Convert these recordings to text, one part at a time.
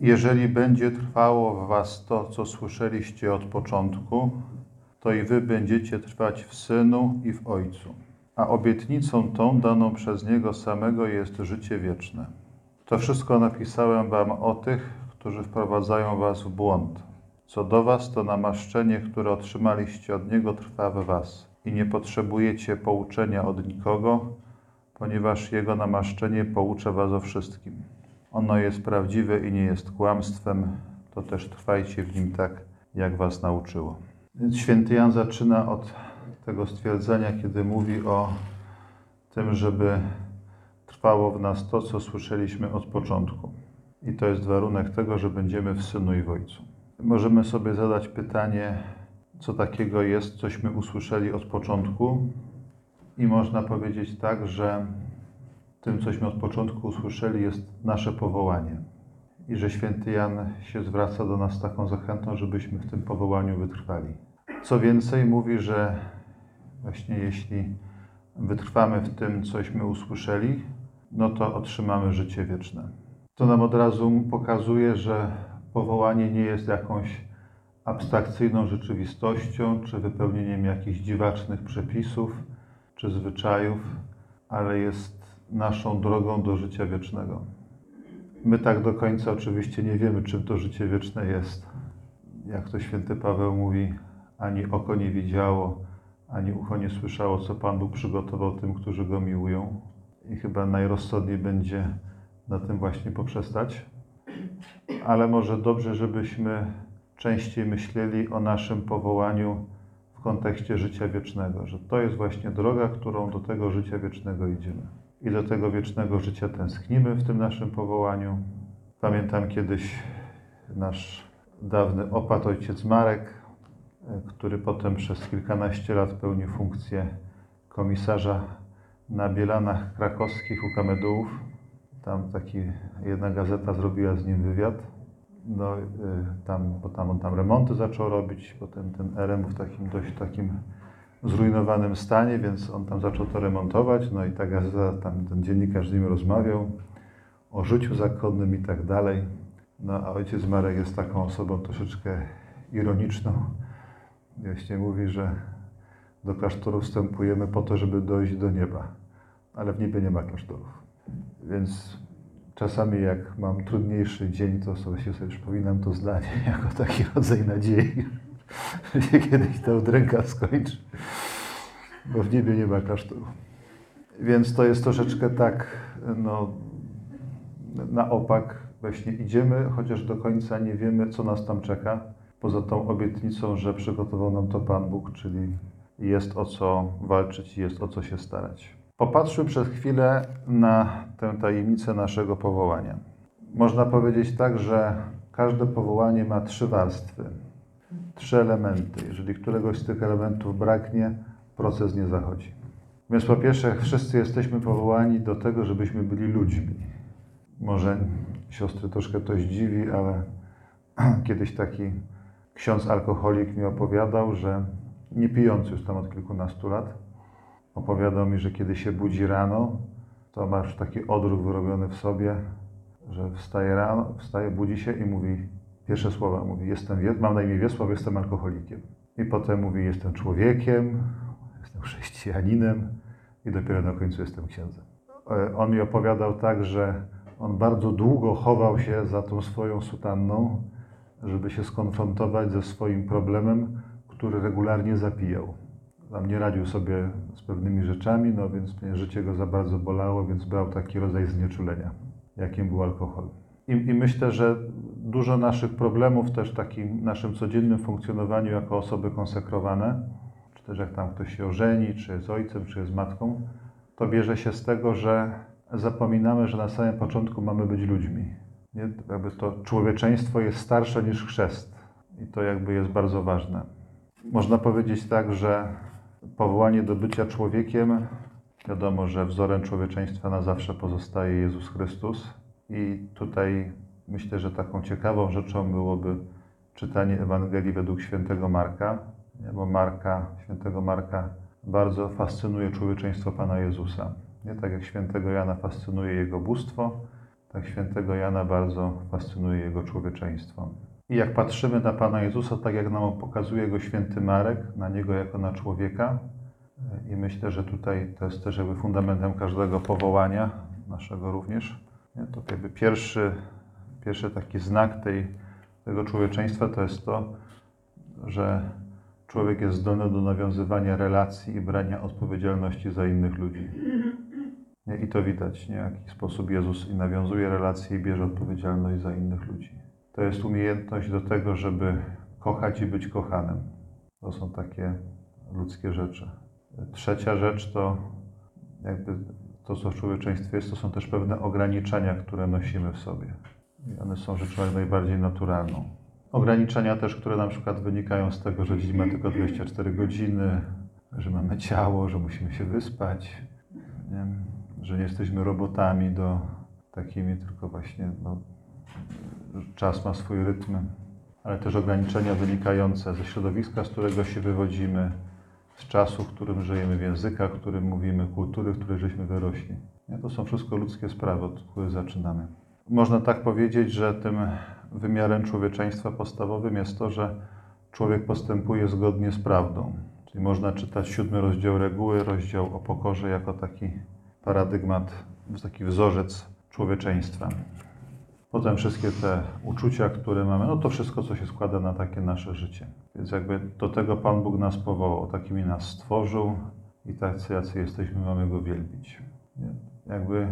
Jeżeli będzie trwało w was to, co słyszeliście od początku, to i wy będziecie trwać w Synu i w Ojcu. A obietnicą tą daną przez Niego samego jest życie wieczne. To wszystko napisałem wam o tych, którzy wprowadzają was w błąd. Co do was, to namaszczenie, które otrzymaliście od Niego, trwa we was. I nie potrzebujecie pouczenia od nikogo, ponieważ Jego namaszczenie poucza was o wszystkim. Ono jest prawdziwe i nie jest kłamstwem, to też trwajcie w nim tak, jak was nauczyło. Więc święty Jan zaczyna od tego stwierdzenia, kiedy mówi o tym, żeby trwało w nas to, co słyszeliśmy od początku. I to jest warunek tego, że będziemy w Synu i w Ojcu. Możemy sobie zadać pytanie, co takiego jest, cośmy usłyszeli od początku. I można powiedzieć tak, że tym, cośmy od początku usłyszeli, jest nasze powołanie. I że święty Jan się zwraca do nas z taką zachętą, żebyśmy w tym powołaniu wytrwali. Co więcej, mówi, że właśnie jeśli wytrwamy w tym, cośmy usłyszeli, no to otrzymamy życie wieczne. To nam od razu pokazuje, że powołanie nie jest jakąś abstrakcyjną rzeczywistością, czy wypełnieniem jakichś dziwacznych przepisów, czy zwyczajów, ale jest naszą drogą do życia wiecznego. My tak do końca oczywiście nie wiemy, czym to życie wieczne jest. Jak to święty Paweł mówi, ani oko nie widziało, ani ucho nie słyszało, co Pan Bóg przygotował tym, którzy Go miłują. I chyba najrozsądniej będzie na tym właśnie poprzestać. Ale może dobrze, żebyśmy częściej myśleli o naszym powołaniu w kontekście życia wiecznego, że to jest właśnie droga, którą do tego życia wiecznego idziemy. I do tego wiecznego życia tęsknimy w tym naszym powołaniu. Pamiętam kiedyś nasz dawny opat, ojciec Marek, który potem przez kilkanaście lat pełnił funkcję komisarza na Bielanach Krakowskich u Kamedułów. Tam jedna gazeta zrobiła z nim wywiad. Bo on tam remonty zaczął robić, potem ten RM był w dość takim zrujnowanym stanie, więc on tam zaczął to remontować, no i ta gazeta, ten dziennikarz z nim rozmawiał o życiu zakonnym i tak dalej. No a ojciec Marek jest taką osobą troszeczkę ironiczną. Właśnie mówi, że do klasztoru wstępujemy po to, żeby dojść do nieba, ale w niebie nie ma klasztorów. Więc czasami jak mam trudniejszy dzień, to sobie przypominam to zdanie jako taki rodzaj nadziei, że się kiedyś ta udręka skończy, bo w niebie nie ma klasztoru. Więc to jest troszeczkę tak, na opak właśnie idziemy, chociaż do końca nie wiemy, co nas tam czeka, poza tą obietnicą, że przygotował nam to Pan Bóg, czyli jest o co walczyć i jest o co się starać. Popatrzmy przez chwilę na tę tajemnicę naszego powołania. Można powiedzieć tak, że każde powołanie ma 3 warstwy, 3 elementy. Jeżeli któregoś z tych elementów braknie, proces nie zachodzi. Więc po pierwsze, wszyscy jesteśmy powołani do tego, żebyśmy byli ludźmi. Może siostry troszkę to zdziwi, ale kiedyś taki ksiądz alkoholik mi opowiadał, że nie pijący już tam od kilkunastu lat, opowiadał mi, że kiedy się budzi rano, to ma już taki odruch wyrobiony w sobie, że wstaje, budzi się i mówi pierwsze słowa, mówi mam na imię Wiesław, jestem alkoholikiem. I potem mówi, jestem człowiekiem, jestem chrześcijaninem i dopiero na końcu jestem księdzem. On mi opowiadał tak, że on bardzo długo chował się za tą swoją sutanną, żeby się skonfrontować ze swoim problemem, który regularnie zapijał. Tam nie radził sobie z pewnymi rzeczami, więc życie go za bardzo bolało, więc brał taki rodzaj znieczulenia, jakim był alkohol. I myślę, że dużo naszych problemów też w takim naszym codziennym funkcjonowaniu jako osoby konsekrowane, czy też jak tam ktoś się ożeni, czy z ojcem, czy z matką, to bierze się z tego, że zapominamy, że na samym początku mamy być ludźmi. Nie? Jakby to człowieczeństwo jest starsze niż chrzest i to jakby jest bardzo ważne. Można powiedzieć tak, że powołanie do bycia człowiekiem, wiadomo, że wzorem człowieczeństwa na zawsze pozostaje Jezus Chrystus i tutaj myślę, że taką ciekawą rzeczą byłoby czytanie Ewangelii według świętego Marka, bo świętego Marka bardzo fascynuje człowieczeństwo Pana Jezusa. Nie tak jak świętego Jana fascynuje jego bóstwo, Tak świętego Jana bardzo fascynuje jego człowieczeństwo. I jak patrzymy na Pana Jezusa, tak jak nam pokazuje go święty Marek, na Niego jako na człowieka, i myślę, że tutaj to jest też jakby fundamentem każdego powołania, naszego również, nie? To jakby pierwszy taki znak tego człowieczeństwa to jest to, że człowiek jest zdolny do nawiązywania relacji i brania odpowiedzialności za innych ludzi. Nie? I to widać, nie? W jaki sposób Jezus i nawiązuje relacje i bierze odpowiedzialność za innych ludzi. To jest umiejętność do tego, żeby kochać i być kochanym. To są takie ludzkie rzeczy. Trzecia rzecz to jakby to, co w człowieczeństwie jest, to są też pewne ograniczenia, które nosimy w sobie. I one są rzeczą jak najbardziej naturalną. Ograniczenia też, które na przykład wynikają z tego, że dzień ma tylko 24 godziny, że mamy ciało, że musimy się wyspać, nie? Że nie jesteśmy robotami takimi, tylko właśnie czas ma swój rytm, ale też ograniczenia wynikające ze środowiska, z którego się wywodzimy, z czasu, w którym żyjemy, w językach, w którym mówimy, kultury, w której żeśmy wyrośli. Nie? To są wszystko ludzkie sprawy, od których zaczynamy. Można tak powiedzieć, że tym wymiarem człowieczeństwa podstawowym jest to, że człowiek postępuje zgodnie z prawdą. Czyli można czytać 7 rozdział Reguły, rozdział o pokorze jako taki paradygmat, taki wzorzec człowieczeństwa. Potem wszystkie te uczucia, które mamy, no to wszystko, co się składa na takie nasze życie. Więc jakby do tego Pan Bóg nas powołał, takimi nas stworzył i tacy, jacy jesteśmy, mamy Go wielbić. Nie? Jakby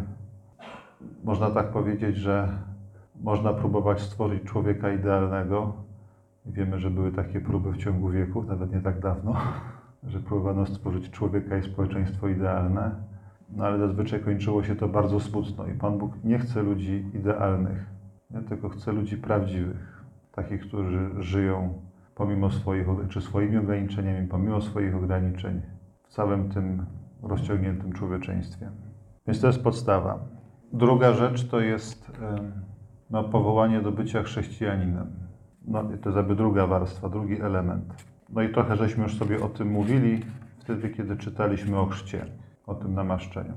można tak powiedzieć, że można próbować stworzyć człowieka idealnego. I wiemy, że były takie próby w ciągu wieków, nawet nie tak dawno, że próbowano stworzyć człowieka i społeczeństwo idealne. No ale zazwyczaj kończyło się to bardzo smutno i Pan Bóg nie chce ludzi idealnych, nie? Tylko chce ludzi prawdziwych, takich, którzy żyją pomimo swoimi ograniczeniami, pomimo swoich ograniczeń w całym tym rozciągniętym człowieczeństwie. Więc to jest podstawa. Druga rzecz to jest powołanie do bycia chrześcijaninem. No to jest jakby druga warstwa, drugi element. No i trochę żeśmy już sobie o tym mówili wtedy, kiedy czytaliśmy o chrzcie, o tym namaszczeniu.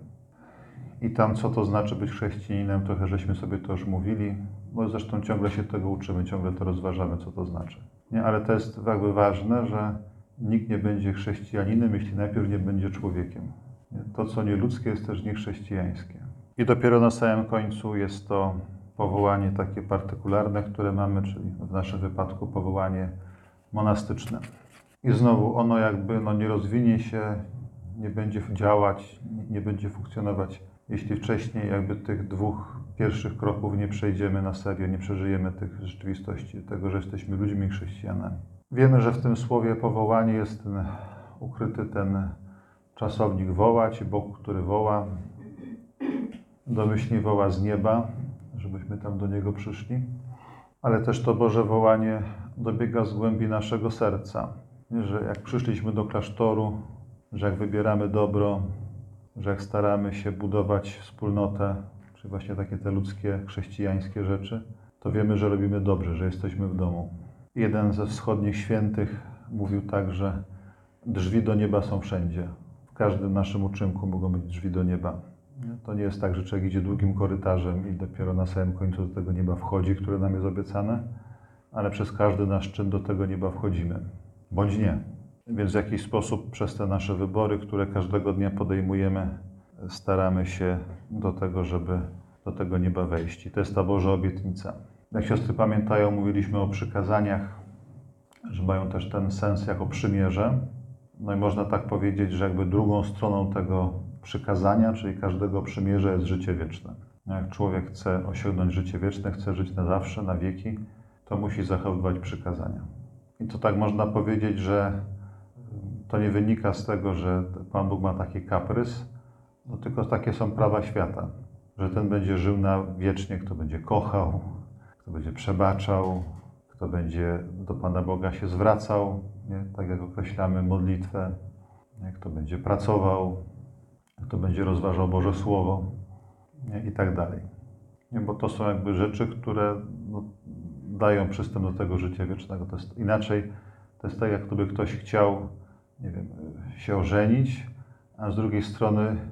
I tam, co to znaczy być chrześcijaninem, trochę żeśmy sobie to już mówili, bo zresztą ciągle się tego uczymy, ciągle to rozważamy, co to znaczy. Nie, ale to jest jakby ważne, że nikt nie będzie chrześcijaninem, jeśli najpierw nie będzie człowiekiem. Nie? To, co nieludzkie, jest też niechrześcijańskie. I dopiero na samym końcu jest to powołanie takie partykularne, które mamy, czyli w naszym wypadku powołanie monastyczne. I znowu ono jakby nie rozwinie się, nie będzie działać, nie będzie funkcjonować, jeśli wcześniej jakby tych 2 pierwszych kroków nie przejdziemy na serio, nie przeżyjemy tych rzeczywistości, tego, że jesteśmy ludźmi chrześcijanami. Wiemy, że w tym słowie powołanie jest ukryty ten czasownik wołać, Bóg, który woła, domyślnie woła z nieba, żebyśmy tam do Niego przyszli, ale też to Boże wołanie dobiega z głębi naszego serca, że jak przyszliśmy do klasztoru, że jak wybieramy dobro, że jak staramy się budować wspólnotę, czy właśnie takie te ludzkie, chrześcijańskie rzeczy, to wiemy, że robimy dobrze, że jesteśmy w domu. Jeden ze wschodnich świętych mówił tak, że drzwi do nieba są wszędzie. W każdym naszym uczynku mogą być drzwi do nieba. To nie jest tak, że człowiek idzie długim korytarzem i dopiero na samym końcu do tego nieba wchodzi, które nam jest obiecane, ale przez każdy nasz czyn do tego nieba wchodzimy. Bądź nie. Więc w jakiś sposób przez te nasze wybory, które każdego dnia podejmujemy, staramy się do tego, żeby do tego nieba wejść. I to jest ta Boża obietnica. Jak siostry pamiętają, mówiliśmy o przykazaniach, że mają też ten sens jako przymierze. No i można tak powiedzieć, że jakby drugą stroną tego przykazania, czyli każdego przymierza jest życie wieczne. Jak człowiek chce osiągnąć życie wieczne, chce żyć na zawsze, na wieki, to musi zachowywać przykazania. I to tak można powiedzieć, że to nie wynika z tego, że Pan Bóg ma taki kaprys, no tylko takie są prawa świata, że ten będzie żył na wiecznie, kto będzie kochał, kto będzie przebaczał, kto będzie do Pana Boga się zwracał, nie? Tak jak określamy modlitwę, nie? Kto będzie pracował, kto będzie rozważał Boże Słowo, nie? I tak dalej. Nie? Bo to są jakby rzeczy, które dają przystęp do tego życia wiecznego. To jest inaczej, to jest tak, jak gdyby ktoś chciał, nie wiem, się ożenić, a z drugiej strony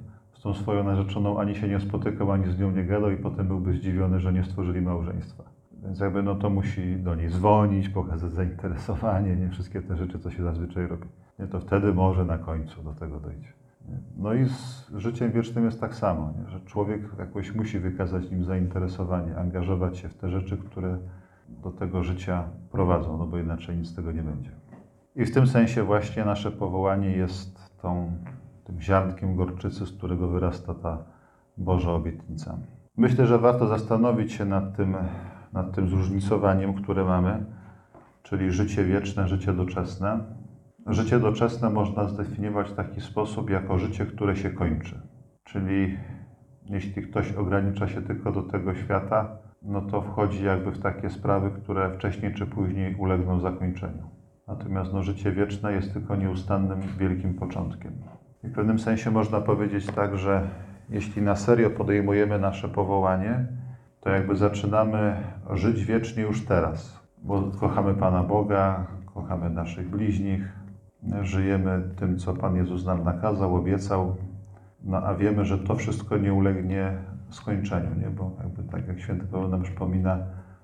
tą swoją narzeczoną ani się nie spotykał, ani z nią nie gadał i potem byłby zdziwiony, że nie stworzyli małżeństwa. Więc jakby no to musi do niej dzwonić, pokazać zainteresowanie, nie wszystkie te rzeczy, co się zazwyczaj robi. Nie, to wtedy może na końcu do tego dojdzie. Nie? No i z życiem wiecznym jest tak samo, nie? Że człowiek jakoś musi wykazać nim zainteresowanie, angażować się w te rzeczy, które do tego życia prowadzą, no bo inaczej nic z tego nie będzie. I w tym sensie właśnie nasze powołanie jest tym ziarnkiem gorczycy, z którego wyrasta ta Boża obietnica. Myślę, że warto zastanowić się nad tym zróżnicowaniem, które mamy, czyli życie wieczne, życie doczesne. Życie doczesne można zdefiniować w taki sposób jako życie, które się kończy. Czyli jeśli ktoś ogranicza się tylko do tego świata, no to wchodzi jakby w takie sprawy, które wcześniej czy później ulegną zakończeniu. Natomiast no, życie wieczne jest tylko nieustannym, wielkim początkiem. I w pewnym sensie można powiedzieć tak, że jeśli na serio podejmujemy nasze powołanie, to jakby zaczynamy żyć wiecznie już teraz, bo kochamy Pana Boga, kochamy naszych bliźnich, żyjemy tym, co Pan Jezus nam nakazał, obiecał, no a wiemy, że to wszystko nie ulegnie skończeniu, nie? Bo jakby tak jak święty Paweł nam przypomina,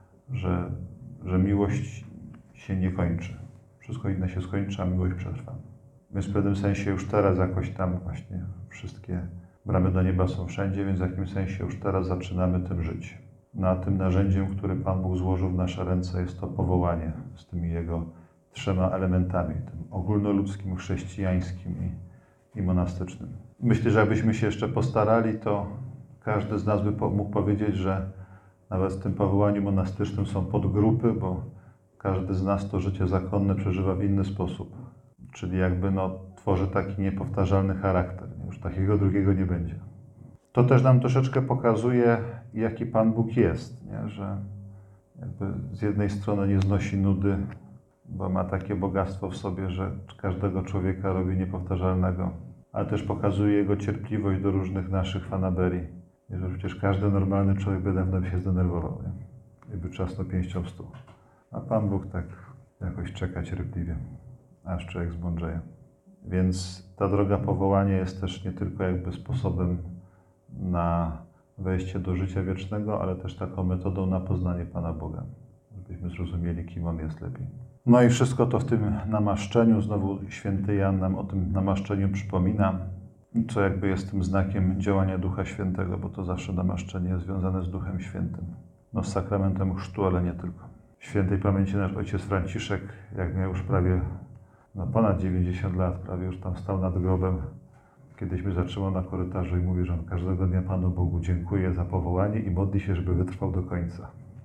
że miłość się nie kończy. Wszystko inne się skończy, a miłość przetrwa. Więc w pewnym sensie już teraz jakoś tam właśnie wszystkie bramy do nieba są wszędzie, więc w jakimś sensie już teraz zaczynamy tym żyć. Na tym narzędziem, które Pan Bóg złożył w nasze ręce, jest to powołanie z tymi Jego 3 elementami, tym ogólnoludzkim, chrześcijańskim i monastycznym. Myślę, że jakbyśmy się jeszcze postarali, to każdy z nas by mógł powiedzieć, że nawet w tym powołaniu monastycznym są podgrupy, bo każdy z nas to życie zakonne przeżywa w inny sposób. Czyli jakby tworzy taki niepowtarzalny charakter. Już takiego drugiego nie będzie. To też nam troszeczkę pokazuje, jaki Pan Bóg jest, nie? Że jakby z jednej strony nie znosi nudy, bo ma takie bogactwo w sobie, że każdego człowieka robi niepowtarzalnego, ale też pokazuje Jego cierpliwość do różnych naszych fanaberii. Że przecież każdy normalny człowiek by dawno się zdenerwował, nie? I by trzasnął pięścią w stół. A Pan Bóg tak jakoś czeka cierpliwie, aż człowiek zmądrzeje. Więc ta droga powołania jest też nie tylko jakby sposobem na wejście do życia wiecznego, ale też taką metodą na poznanie Pana Boga, żebyśmy zrozumieli, kim On jest lepiej. No i wszystko to w tym namaszczeniu, znowu święty Jan nam o tym namaszczeniu przypomina, co jakby jest tym znakiem działania Ducha Świętego, bo to zawsze namaszczenie jest związane z Duchem Świętym. No z sakramentem chrztu, ale nie tylko. Świętej pamięci nasz ojciec Franciszek, jak miał już prawie ponad 90 lat, prawie już tam stał nad grobem. Kiedyś mnie zatrzymał na korytarzu i mówi, że on każdego dnia Panu Bogu dziękuję za powołanie i modli się, żeby wytrwał do końca.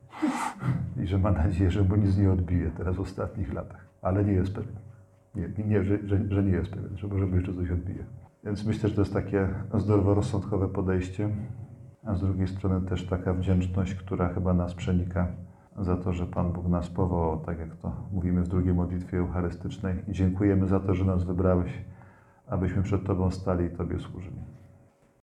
I że ma nadzieję, że mu nic nie odbije teraz w ostatnich latach. Ale nie jest pewien. Że nie jest pewien, że może mu jeszcze coś odbije. Więc myślę, że to jest takie zdroworozsądkowe podejście, a z drugiej strony też taka wdzięczność, która chyba nas przenika za to, że Pan Bóg nas powołał, tak jak to mówimy w drugiej modlitwie eucharystycznej. I dziękujemy za to, że nas wybrałeś, abyśmy przed Tobą stali i Tobie służyli.